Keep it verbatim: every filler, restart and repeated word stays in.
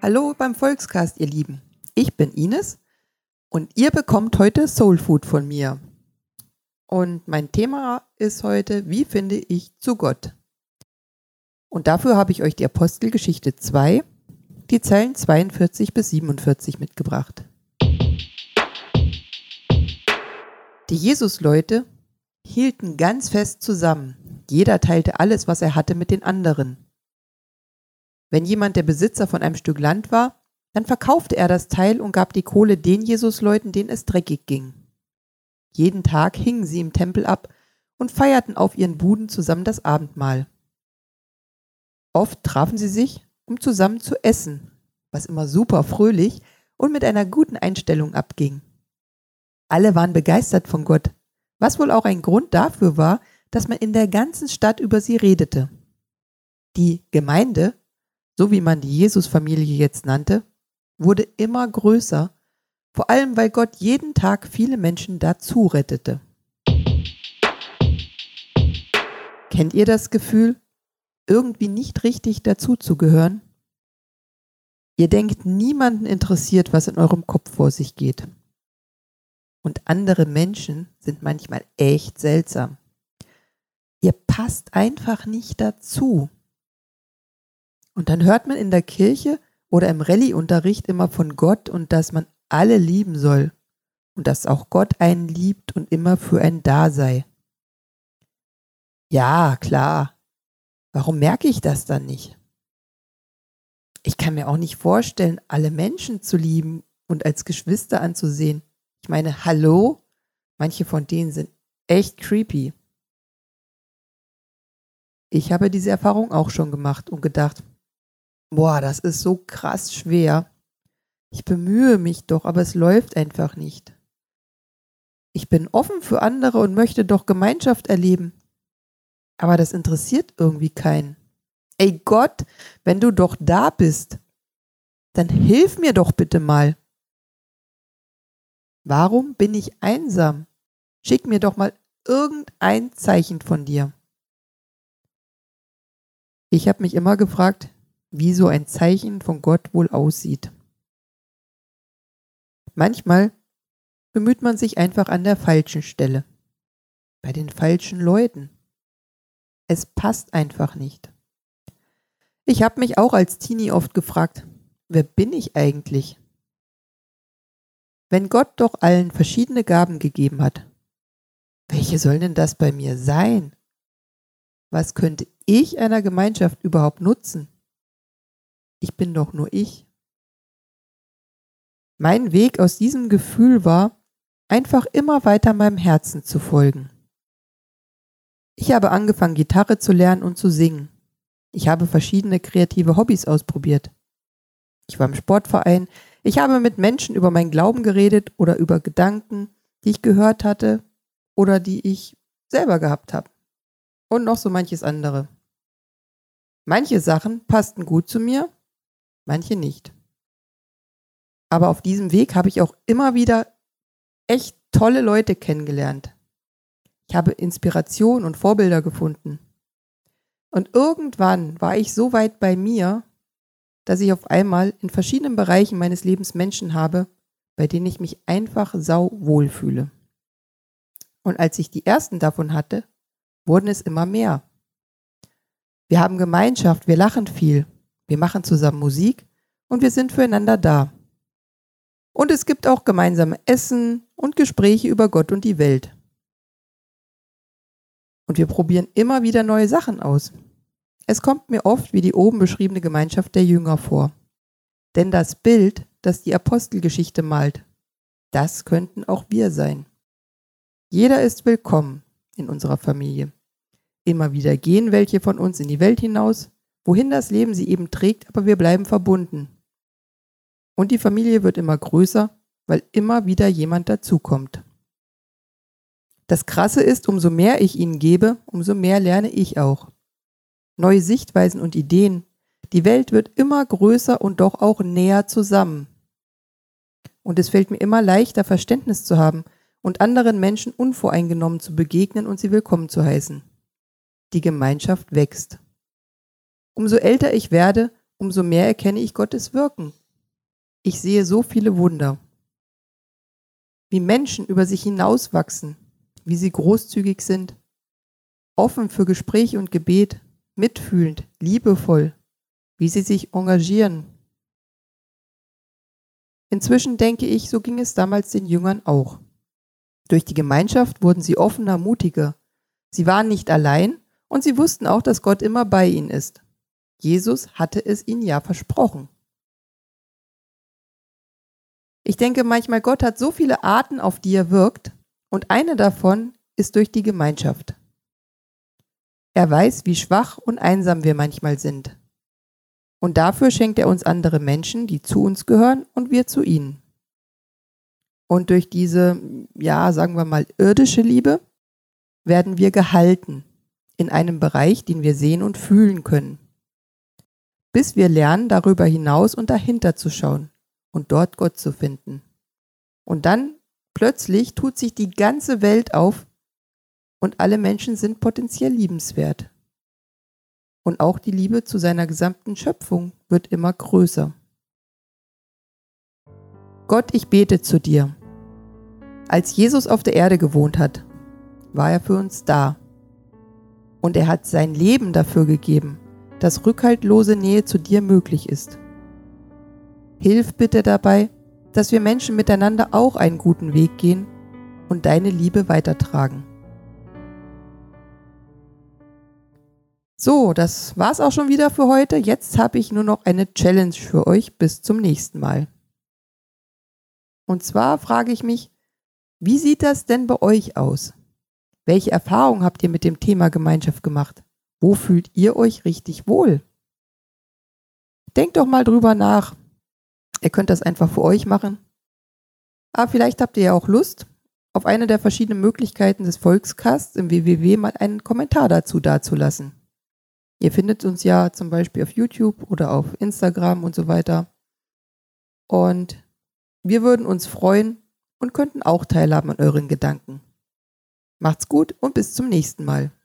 Hallo beim Volkscast, ihr Lieben. Ich bin Ines und ihr bekommt heute Soul Food von mir. Und mein Thema ist heute, wie finde ich zu Gott? Und dafür habe ich euch die Apostelgeschichte zwei, die Zeilen zweiundvierzig bis siebenundvierzig mitgebracht. Die Jesusleute hielten ganz fest zusammen. Jeder teilte alles, was er hatte, mit den anderen. Wenn jemand der Besitzer von einem Stück Land war, dann verkaufte er das Teil und gab die Kohle den Jesusleuten, denen es dreckig ging. Jeden Tag hingen sie im Tempel ab und feierten auf ihren Buden zusammen das Abendmahl. Oft trafen sie sich, um zusammen zu essen, was immer super fröhlich und mit einer guten Einstellung abging. Alle waren begeistert von Gott, was wohl auch ein Grund dafür war, dass man in der ganzen Stadt über sie redete. Die Gemeinde, so wie man die Jesusfamilie jetzt nannte, wurde immer größer, vor allem weil Gott jeden Tag viele Menschen dazu rettete. Kennt ihr das Gefühl, irgendwie nicht richtig dazuzugehören? Ihr denkt, niemanden interessiert, was in eurem Kopf vor sich geht. Und andere Menschen sind manchmal echt seltsam. Ihr passt einfach nicht dazu. Und dann hört man in der Kirche oder im Rallye-Unterricht immer von Gott und dass man alle lieben soll und dass auch Gott einen liebt und immer für einen da sei. Ja, klar. Warum merke ich das dann nicht? Ich kann mir auch nicht vorstellen, alle Menschen zu lieben und als Geschwister anzusehen. Ich meine, hallo? Manche von denen sind echt creepy. Ich habe diese Erfahrung auch schon gemacht und gedacht, boah, das ist so krass schwer. Ich bemühe mich doch, aber es läuft einfach nicht. Ich bin offen für andere und möchte doch Gemeinschaft erleben. Aber das interessiert irgendwie keinen. Ey Gott, wenn du doch da bist, dann hilf mir doch bitte mal. Warum bin ich einsam? Schick mir doch mal irgendein Zeichen von dir. Ich habe mich immer gefragt, wie so ein Zeichen von Gott wohl aussieht. Manchmal bemüht man sich einfach an der falschen Stelle, bei den falschen Leuten. Es passt einfach nicht. Ich habe mich auch als Teenie oft gefragt, wer bin ich eigentlich? Wenn Gott doch allen verschiedene Gaben gegeben hat, welche sollen denn das bei mir sein? Was könnte ich einer Gemeinschaft überhaupt nutzen? Ich bin doch nur ich. Mein Weg aus diesem Gefühl war, einfach immer weiter meinem Herzen zu folgen. Ich habe angefangen, Gitarre zu lernen und zu singen. Ich habe verschiedene kreative Hobbys ausprobiert. Ich war im Sportverein. Ich habe mit Menschen über meinen Glauben geredet oder über Gedanken, die ich gehört hatte oder die ich selber gehabt habe. Und noch so manches andere. Manche Sachen passten gut zu mir, manche nicht. Aber auf diesem Weg habe ich auch immer wieder echt tolle Leute kennengelernt. Ich habe Inspiration und Vorbilder gefunden. Und irgendwann war ich so weit bei mir, dass ich auf einmal in verschiedenen Bereichen meines Lebens Menschen habe, bei denen ich mich einfach sau wohl fühle. Und als ich die ersten davon hatte, wurden es immer mehr. Wir haben Gemeinschaft, wir lachen viel, wir machen zusammen Musik und wir sind füreinander da. Und es gibt auch gemeinsame Essen und Gespräche über Gott und die Welt. Und wir probieren immer wieder neue Sachen aus. Es kommt mir oft wie die oben beschriebene Gemeinschaft der Jünger vor. Denn das Bild, das die Apostelgeschichte malt, das könnten auch wir sein. Jeder ist willkommen in unserer Familie. Immer wieder gehen welche von uns in die Welt hinaus, wohin das Leben sie eben trägt, aber wir bleiben verbunden. Und die Familie wird immer größer, weil immer wieder jemand dazukommt. Das Krasse ist, umso mehr ich ihnen gebe, umso mehr lerne ich auch. Neue Sichtweisen und Ideen. Die Welt wird immer größer und doch auch näher zusammen. Und es fällt mir immer leichter, Verständnis zu haben und anderen Menschen unvoreingenommen zu begegnen und sie willkommen zu heißen. Die Gemeinschaft wächst. Umso älter ich werde, umso mehr erkenne ich Gottes Wirken. Ich sehe so viele Wunder. Wie Menschen über sich hinauswachsen, wie sie großzügig sind, offen für Gespräch und Gebet, mitfühlend, liebevoll, wie sie sich engagieren. Inzwischen denke ich, so ging es damals den Jüngern auch. Durch die Gemeinschaft wurden sie offener, mutiger. Sie waren nicht allein und sie wussten auch, dass Gott immer bei ihnen ist. Jesus hatte es ihnen ja versprochen. Ich denke manchmal, Gott hat so viele Arten, auf die er wirkt, und eine davon ist durch die Gemeinschaft. Er weiß, wie schwach und einsam wir manchmal sind. Und dafür schenkt er uns andere Menschen, die zu uns gehören und wir zu ihnen. Und durch diese, ja, sagen wir mal, irdische Liebe werden wir gehalten in einem Bereich, den wir sehen und fühlen können. Bis wir lernen, darüber hinaus und dahinter zu schauen und dort Gott zu finden. Und dann plötzlich tut sich die ganze Welt auf und alle Menschen sind potenziell liebenswert. Und auch die Liebe zu seiner gesamten Schöpfung wird immer größer. Gott, ich bete zu dir. Als Jesus auf der Erde gewohnt hat, war er für uns da. Und er hat sein Leben dafür gegeben, dass rückhaltlose Nähe zu dir möglich ist. Hilf bitte dabei, dass wir Menschen miteinander auch einen guten Weg gehen und deine Liebe weitertragen. So, das war's auch schon wieder für heute. Jetzt habe ich nur noch eine Challenge für euch bis zum nächsten Mal. Und zwar frage ich mich, wie sieht das denn bei euch aus? Welche Erfahrungen habt ihr mit dem Thema Gemeinschaft gemacht? Wo fühlt ihr euch richtig wohl? Denkt doch mal drüber nach. Ihr könnt das einfach für euch machen. Aber vielleicht habt ihr ja auch Lust, auf eine der verschiedenen Möglichkeiten des Volkscasts im W W W mal einen Kommentar dazu dazulassen. Ihr findet uns ja zum Beispiel auf YouTube oder auf Instagram und so weiter. Und wir würden uns freuen und könnten auch teilhaben an euren Gedanken. Macht's gut und bis zum nächsten Mal.